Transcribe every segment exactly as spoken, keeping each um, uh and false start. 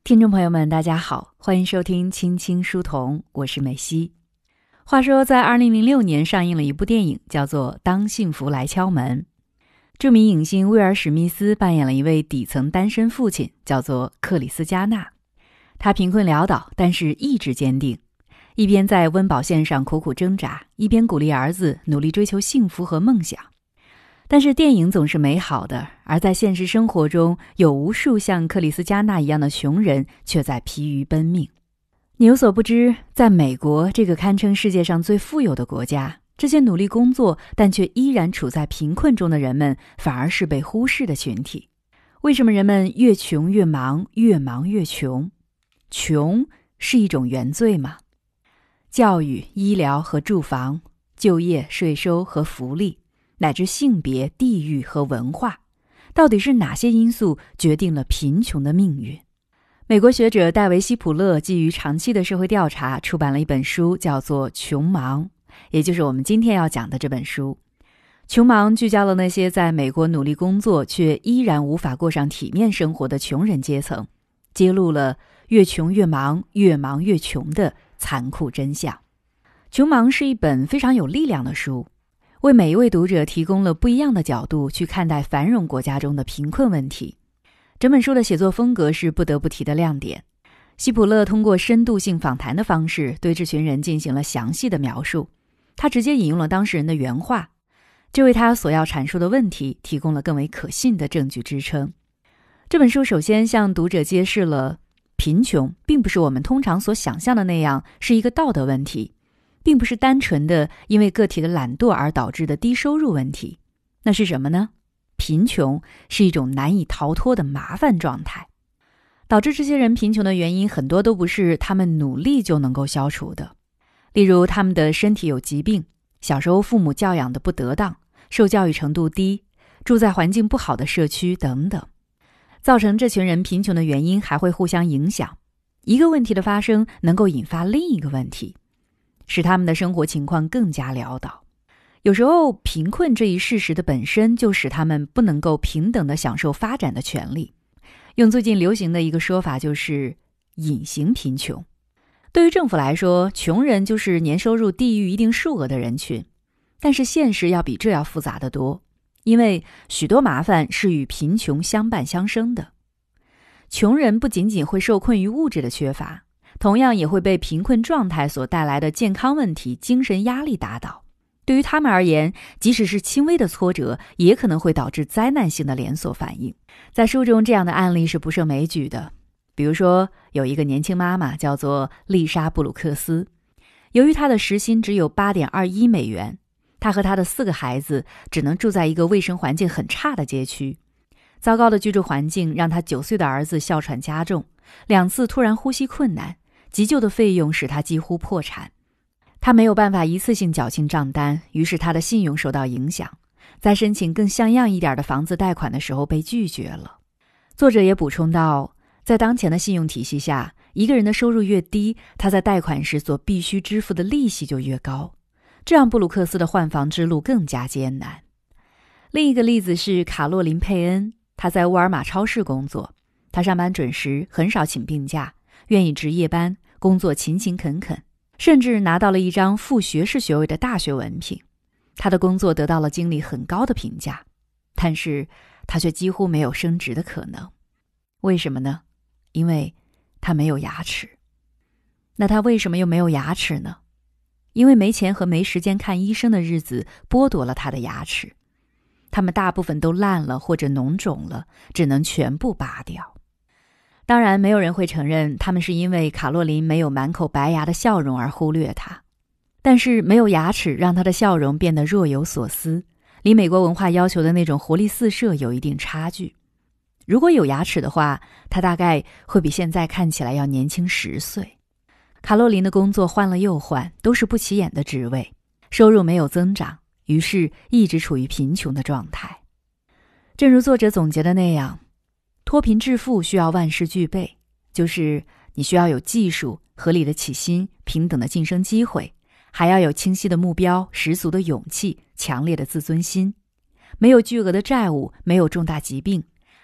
听众朋友们大家好，欢迎收听青青书童，我是美西。话说在二零零六年上映了一部电影，叫做《当幸福来敲门》。著名影星威尔史密斯扮演了一位底层单身父亲，叫做克里斯加纳。他贫困潦倒，但是意志坚定，一边在温饱线上苦苦挣扎，一边鼓励儿子努力追求幸福和梦想。但是电影总是美好的，而在现实生活中，有无数像克里斯加纳一样的穷人却在疲于奔命。你有所不知，在美国这个堪称世界上最富有的国家，这些努力工作但却依然处在贫困中的人们，反而是被忽视的群体。为什么人们越穷越忙，越忙越穷？穷是一种原罪吗？教育、医疗和住房，就业、税收和福利，乃至性别、地域和文化，到底是哪些因素决定了贫穷的命运？美国学者戴维·希普勒基于长期的社会调查，出版了一本书，叫做《穷忙》，也就是我们今天要讲的这本书。穷忙聚焦了那些在美国努力工作却依然无法过上体面生活的穷人阶层，揭露了越穷越忙，越忙越穷的残酷真相。穷忙是一本非常有力量的书，为每一位读者提供了不一样的角度去看待繁荣国家中的贫困问题。整本书的写作风格是不得不提的亮点。希普勒通过深度性访谈的方式对这群人进行了详细的描述，他直接引用了当事人的原话，这为他所要阐述的问题提供了更为可信的证据支撑。这本书首先向读者揭示了贫穷并不是我们通常所想象的那样是一个道德问题，并不是单纯的因为个体的懒惰而导致的低收入问题。那是什么呢？贫穷是一种难以逃脱的麻烦状态。导致这些人贫穷的原因很多都不是他们努力就能够消除的，例如他们的身体有疾病，小时候父母教养的不得当，受教育程度低，住在环境不好的社区等等。造成这群人贫穷的原因还会互相影响，一个问题的发生能够引发另一个问题，使他们的生活情况更加潦倒。有时候贫困这一事实的本身就使他们不能够平等地享受发展的权利。用最近流行的一个说法就是隐形贫穷。对于政府来说，穷人就是年收入低于一定数额的人群，但是现实要比这要复杂得多，因为许多麻烦是与贫穷相伴相生的。穷人不仅仅会受困于物质的缺乏，同样也会被贫困状态所带来的健康问题、精神压力打倒。对于他们而言，即使是轻微的挫折，也可能会导致灾难性的连锁反应。在书中这样的案例是不胜枚举的。比如说，有一个年轻妈妈叫做丽莎·布鲁克斯，由于她的时薪只有 八点二一美元，她和她的四个孩子只能住在一个卫生环境很差的街区。糟糕的居住环境让她九岁的儿子哮喘加重，两次突然呼吸困难，急救的费用使她几乎破产。他没有办法一次性缴清账单，于是他的信用受到影响，在申请更像样一点的房子贷款的时候被拒绝了。作者也补充到，在当前的信用体系下，一个人的收入越低，他在贷款时所必须支付的利息就越高，这让布鲁克斯的换房之路更加艰难。另一个例子是卡洛琳·佩恩，她在沃尔玛超市工作，她上班准时，很少请病假，愿意值夜班，工作勤勤恳恳，甚至拿到了一张副学士学位的大学文凭。他的工作得到了经理很高的评价，但是他却几乎没有升职的可能。为什么呢？因为他没有牙齿。那他为什么又没有牙齿呢？因为没钱和没时间看医生的日子剥夺了他的牙齿，他们大部分都烂了或者脓肿了，只能全部拔掉。当然，没有人会承认他们是因为卡洛琳没有满口白牙的笑容而忽略她。但是没有牙齿让她的笑容变得若有所思，离美国文化要求的那种活力四射有一定差距。如果有牙齿的话，她大概会比现在看起来要年轻十岁。卡洛琳的工作换了又换，都是不起眼的职位，收入没有增长，于是一直处于贫穷的状态。正如作者总结的那样，脱贫致富需要万事俱备，就是你需要有技术、合理的起薪、平等的晋升机会，还要有清晰的目标、十足的勇气、强烈的自尊心。没有巨额的债务，没有重大疾病，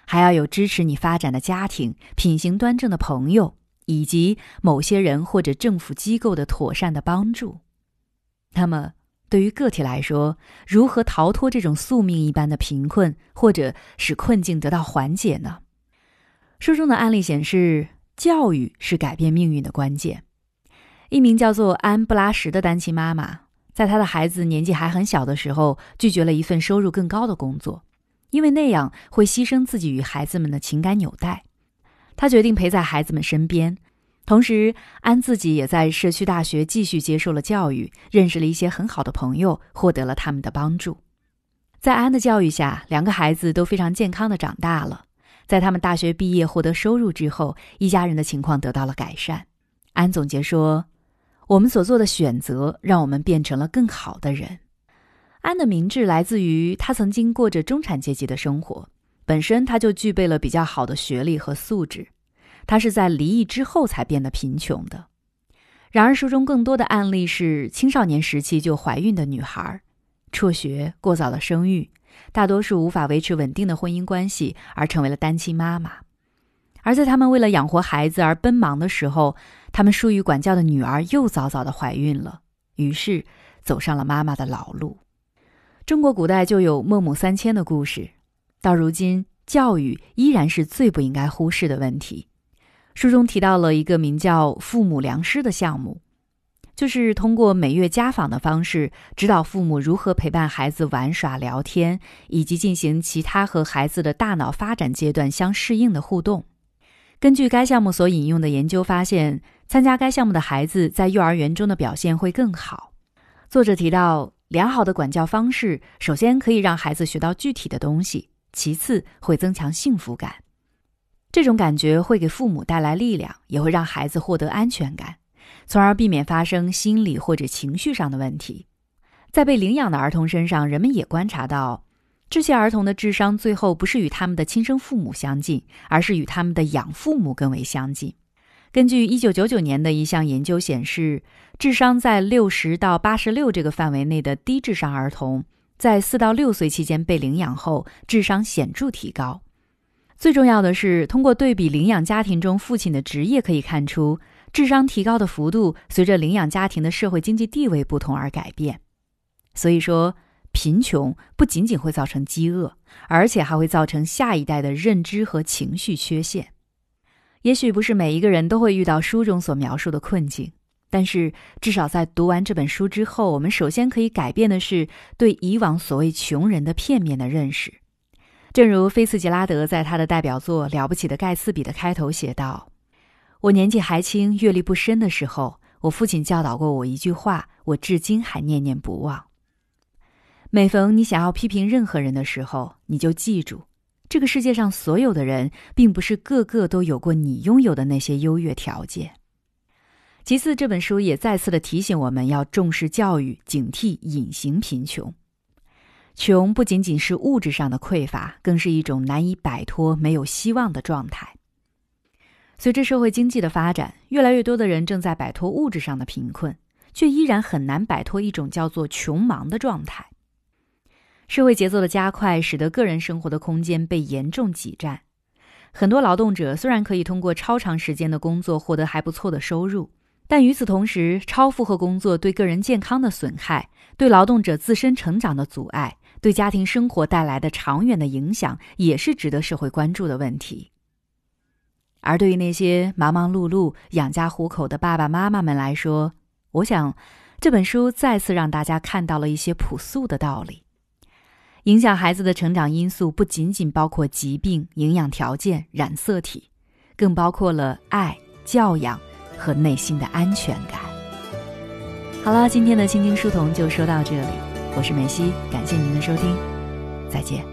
还要有支持你发展的家庭、品行端正的朋友，以及某些人或者政府机构的妥善的帮助。那么对于个体来说，如何逃脱这种宿命一般的贫困，或者使困境得到缓解呢？书中的案例显示，教育是改变命运的关键。一名叫做安布拉什的单亲妈妈，在她的孩子年纪还很小的时候，拒绝了一份收入更高的工作，因为那样会牺牲自己与孩子们的情感纽带。她决定陪在孩子们身边，同时安自己也在社区大学继续接受了教育，认识了一些很好的朋友，获得了他们的帮助。在安的教育下，两个孩子都非常健康地长大了。在他们大学毕业获得收入之后，一家人的情况得到了改善。安总结说，我们所做的选择让我们变成了更好的人。安的明智来自于他曾经过着中产阶级的生活，本身他就具备了比较好的学历和素质。他是在离异之后才变得贫穷的。然而书中更多的案例是青少年时期就怀孕的女孩，辍学、过早的生育，大多数无法维持稳定的婚姻关系，而成为了单亲妈妈。而在他们为了养活孩子而奔忙的时候，他们疏于管教的女儿又早早的怀孕了，于是走上了妈妈的老路。中国古代就有孟母三迁的故事，到如今教育依然是最不应该忽视的问题。书中提到了一个名叫父母良师的项目，就是通过每月家访的方式，指导父母如何陪伴孩子玩耍聊天，以及进行其他和孩子的大脑发展阶段相适应的互动。根据该项目所引用的研究发现，参加该项目的孩子在幼儿园中的表现会更好。作者提到，良好的管教方式首先可以让孩子学到具体的东西，其次会增强幸福感。这种感觉会给父母带来力量，也会让孩子获得安全感，从而避免发生心理或者情绪上的问题。在被领养的儿童身上，人们也观察到，这些儿童的智商最后不是与他们的亲生父母相近，而是与他们的养父母更为相近。根据一九九九年的一项研究显示，智商在六十到八十六这个范围内的低智商儿童，在四到六岁期间被领养后，智商显著提高。最重要的是，通过对比领养家庭中父亲的职业可以看出，智商提高的幅度随着领养家庭的社会经济地位不同而改变。所以说，贫穷不仅仅会造成饥饿，而且还会造成下一代的认知和情绪缺陷。也许不是每一个人都会遇到书中所描述的困境，但是至少在读完这本书之后，我们首先可以改变的是对以往所谓穷人的片面的认识。正如菲茨杰拉德在他的代表作《了不起的盖茨比》的开头写道，我年纪还轻，阅历不深的时候，我父亲教导过我一句话，我至今还念念不忘。每逢你想要批评任何人的时候，你就记住，这个世界上所有的人，并不是个个都有过你拥有的那些优越条件。其次，这本书也再次的提醒我们要重视教育，警惕隐形贫穷。穷不仅仅是物质上的匮乏，更是一种难以摆脱、没有希望的状态。随着社会经济的发展，越来越多的人正在摆脱物质上的贫困，却依然很难摆脱一种叫做穷忙的状态。社会节奏的加快，使得个人生活的空间被严重挤占。很多劳动者虽然可以通过超长时间的工作获得还不错的收入，但与此同时，超负荷工作对个人健康的损害，对劳动者自身成长的阻碍，对家庭生活带来的长远的影响，也是值得社会关注的问题。而对于那些忙忙碌碌养家糊口的爸爸妈妈们来说，我想这本书再次让大家看到了一些朴素的道理。影响孩子的成长因素不仅仅包括疾病、营养条件、染色体，更包括了爱、教养和内心的安全感。好了，今天的青青书童就说到这里，我是梅西，感谢您的收听，再见。